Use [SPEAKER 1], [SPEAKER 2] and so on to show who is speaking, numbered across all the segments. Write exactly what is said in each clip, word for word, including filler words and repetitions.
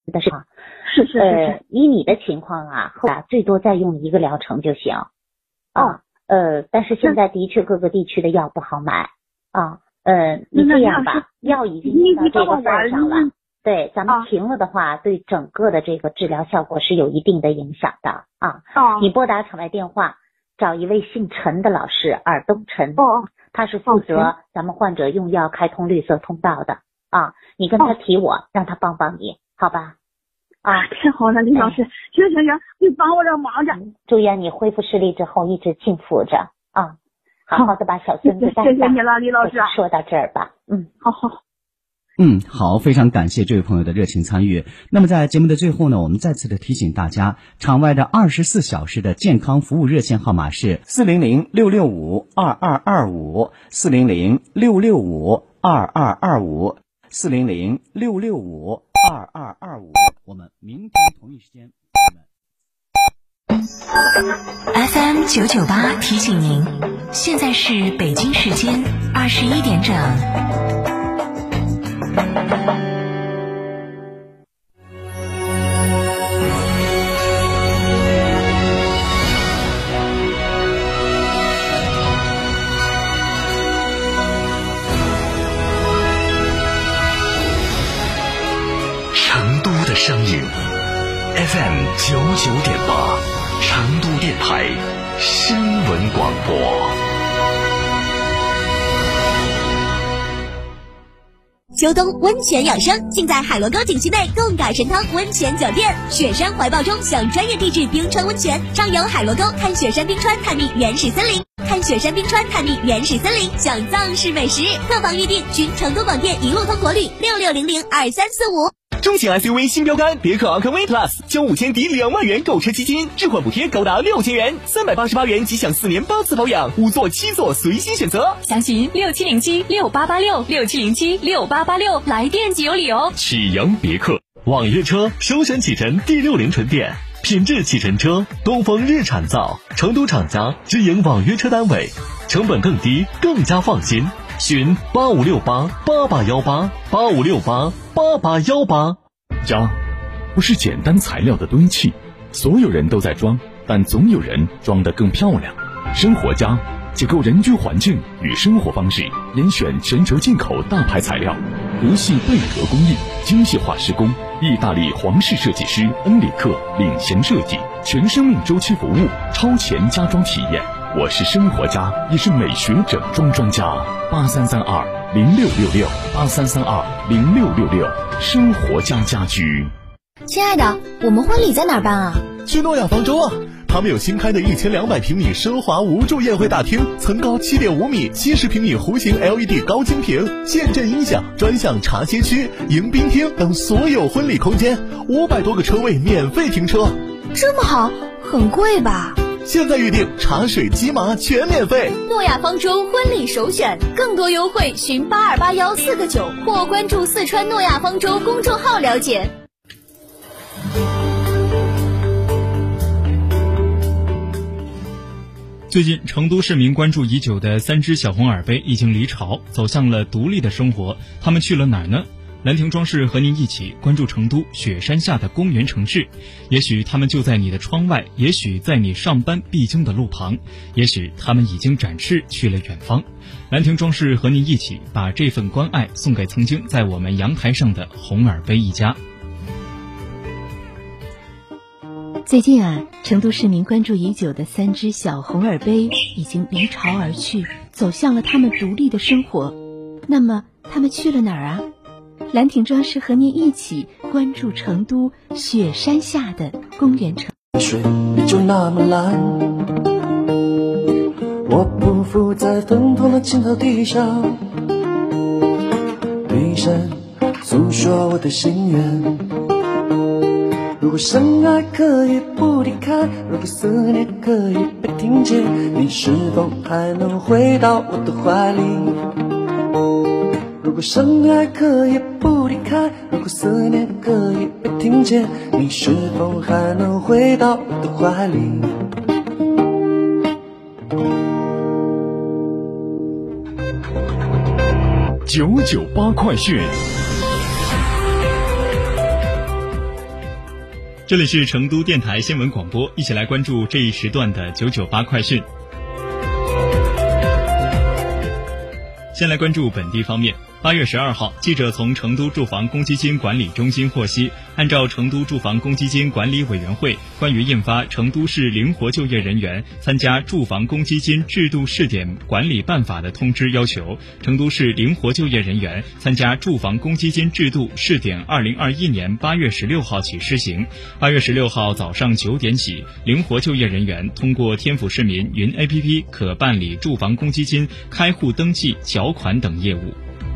[SPEAKER 1] 的是吗？
[SPEAKER 2] 是是是是。
[SPEAKER 1] 呃，以你的情况啊，后啊最多再用一个疗程就行。啊，
[SPEAKER 2] 哦。
[SPEAKER 1] 呃，但是现在的确各个地区的药不好买啊。呃，你这样吧，药已经用到这个份上了。对，咱们停了的话，对整个的这个治疗效果是有一定的影响的啊。
[SPEAKER 2] 哦。
[SPEAKER 1] 你拨打场外电话，找一位姓陈的老师，尔东陈。
[SPEAKER 2] 哦。
[SPEAKER 1] 他是负责咱们患者用药开通绿色通道的啊。你跟他提我，让他帮帮你，好吧？啊，
[SPEAKER 2] 太好了，李老师，行行行，你帮我这忙着。
[SPEAKER 1] 祝愿你恢复视力之后一直幸福着啊。好好的把小孙子带上。
[SPEAKER 2] 谢谢你了，李老师。
[SPEAKER 1] 说到这儿吧，嗯，
[SPEAKER 2] 好好。
[SPEAKER 3] 嗯，好，非常感谢这位朋友的热情参与。那么在节目的最后呢，我们再次的提醒大家，场外的二十四小时的健康服务热线号码是四零零六六五二二二五，四零零六六五二二二五，四零零六六五二二二五。我们明天同一时间
[SPEAKER 4] F M 九九八提醒您，现在是北京时间二十一点整。
[SPEAKER 5] 成都的声音 F M 九九点八，成都电台新闻广播。
[SPEAKER 6] 秋冬温泉养生，尽在海螺沟景区内贡嘎神汤温泉酒店。雪山怀抱中享专业地质冰川温泉，畅游海螺沟，看雪山冰川，探秘原始森林。看雪山冰川，探秘原始森林，享藏式美食。客房预订，寻成都广电一路通国旅六六零零二三四五。
[SPEAKER 7] 中型 S U V 新标杆别克昂科威 Plus， 交五千抵两万元购车基金，置换补贴高达六千元，三百八十八元即享四年八次保养，五座七座随心选择。
[SPEAKER 4] 详询六七零七六八八六六七零七六八八六，来电即有礼哦。
[SPEAKER 5] 启阳别克网约车首选启辰第六零纯电，品质启辰车，东风日产造，成都厂家直营网约车单位，成本更低，更加放心。询八五六八八八幺八八五六八八八幺八。
[SPEAKER 8] 家不是简单材料的堆砌，所有人都在装，但总有人装得更漂亮。生活家解构人居环境与生活方式，严选全球进口大牌材料，德系贝壳工艺，精细化施工，意大利皇室设计师恩里克领衔设计，全生命周期服务，超前家装体验。我是生活家，也是美学整装专家。八三三二零六六六，八三三二零六六六，生活家家居。
[SPEAKER 6] 亲爱的，我们婚礼在哪儿办啊？
[SPEAKER 9] 去诺亚方舟啊！他们有新开的一千两百平米奢华无柱宴会大厅，层高七点五米，七十平米弧形 L E D 高清屏，现阵音响，专项茶歇区、迎宾厅等所有婚礼空间，五百多个车位免费停车。
[SPEAKER 6] 这么好，很贵吧？
[SPEAKER 9] 现在预定茶水鸡麻全免费。
[SPEAKER 6] 诺亚方舟婚礼首选，更多优惠询八二八幺四个九或关注四川诺亚方舟公众号了解。
[SPEAKER 10] 最近，成都市民关注已久的三只小红耳杯已经离巢，走向了独立的生活。他们去了哪儿呢？兰亭装饰和您一起关注成都雪山下的公园城市。也许他们就在你的窗外，也许在你上班必经的路旁，也许他们已经展翅去了远方。兰亭装饰和您一起把这份关爱送给曾经在我们阳台上的红耳杯一家。
[SPEAKER 11] 最近啊，成都市民关注已久的三只小红耳杯已经离巢而去，走向了他们独立的生活。那么他们去了哪儿啊？兰亭装饰和您一起关注成都雪山下的公园城。
[SPEAKER 12] 水就那么蓝，我匍匐在粉红的青草地上，对山诉说我的心愿。如果深爱可以不离开，如果思念可以被听见，你是否还能回到我的怀里？如果深爱可以不离开，如果思念可以被听见，你是否还能回到我的怀里？
[SPEAKER 8] 九九八快讯。
[SPEAKER 10] 这里是成都电台新闻广播，一起来关注这一时段的九九八快讯。先来关注本地方面。八月十二号，记者从成都住房公积金管理中心获悉，按照成都住房公积金管理委员会关于印发《成都市灵活就业人员参加住房公积金制度试点管理办法》的通知要求，成都市灵活就业人员参加住房公积金制度试点二零二一年八月十六号起施行。八月十六号早上九点起，灵活就业人员通过天府市民云 A P P 可办理住房公积金开户登记、缴款等业务。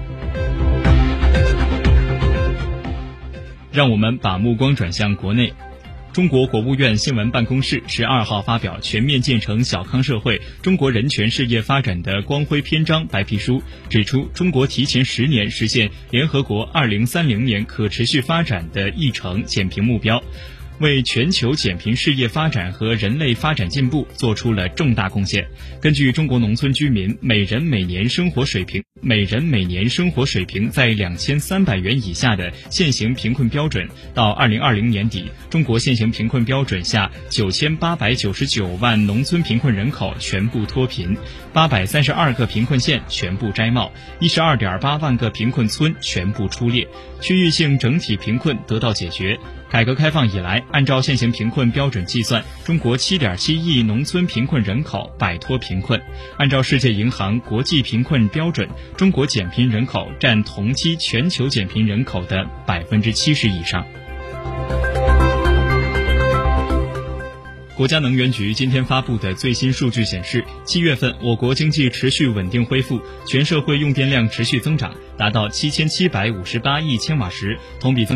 [SPEAKER 10] 让我们把目光转向国内。中国国务院新闻办公室十二号发表《全面建成小康社会：中国人权事业发展的光辉篇章》白皮书，指出中国提前十年实现联合国二零三零年可持续发展的议程减贫目标，为全球减贫事业发展和人类发展进步做出了重大贡献。根据中国农村居民每人每年生活水平每人每年生活水平在两千三百元以下的现行贫困标准，到二零二零年底，中国现行贫困标准下九千八百九十九万农村贫困人口全部脱贫，八百三十二个贫困县全部摘帽，一十二点八万个贫困村全部出列，区域性整体贫困得到解决。改革开放以来，按照现行贫困标准计算，中国 七点七亿农村贫困人口摆脱贫困。按照世界银行国际贫困标准，中国减贫人口占同期全球减贫人口的百分之七十以上。国家能源局今天发布的最新数据显示，七月份我国经济持续稳定恢复，全社会用电量持续增长，达到七千七百五十八亿千瓦时，同比增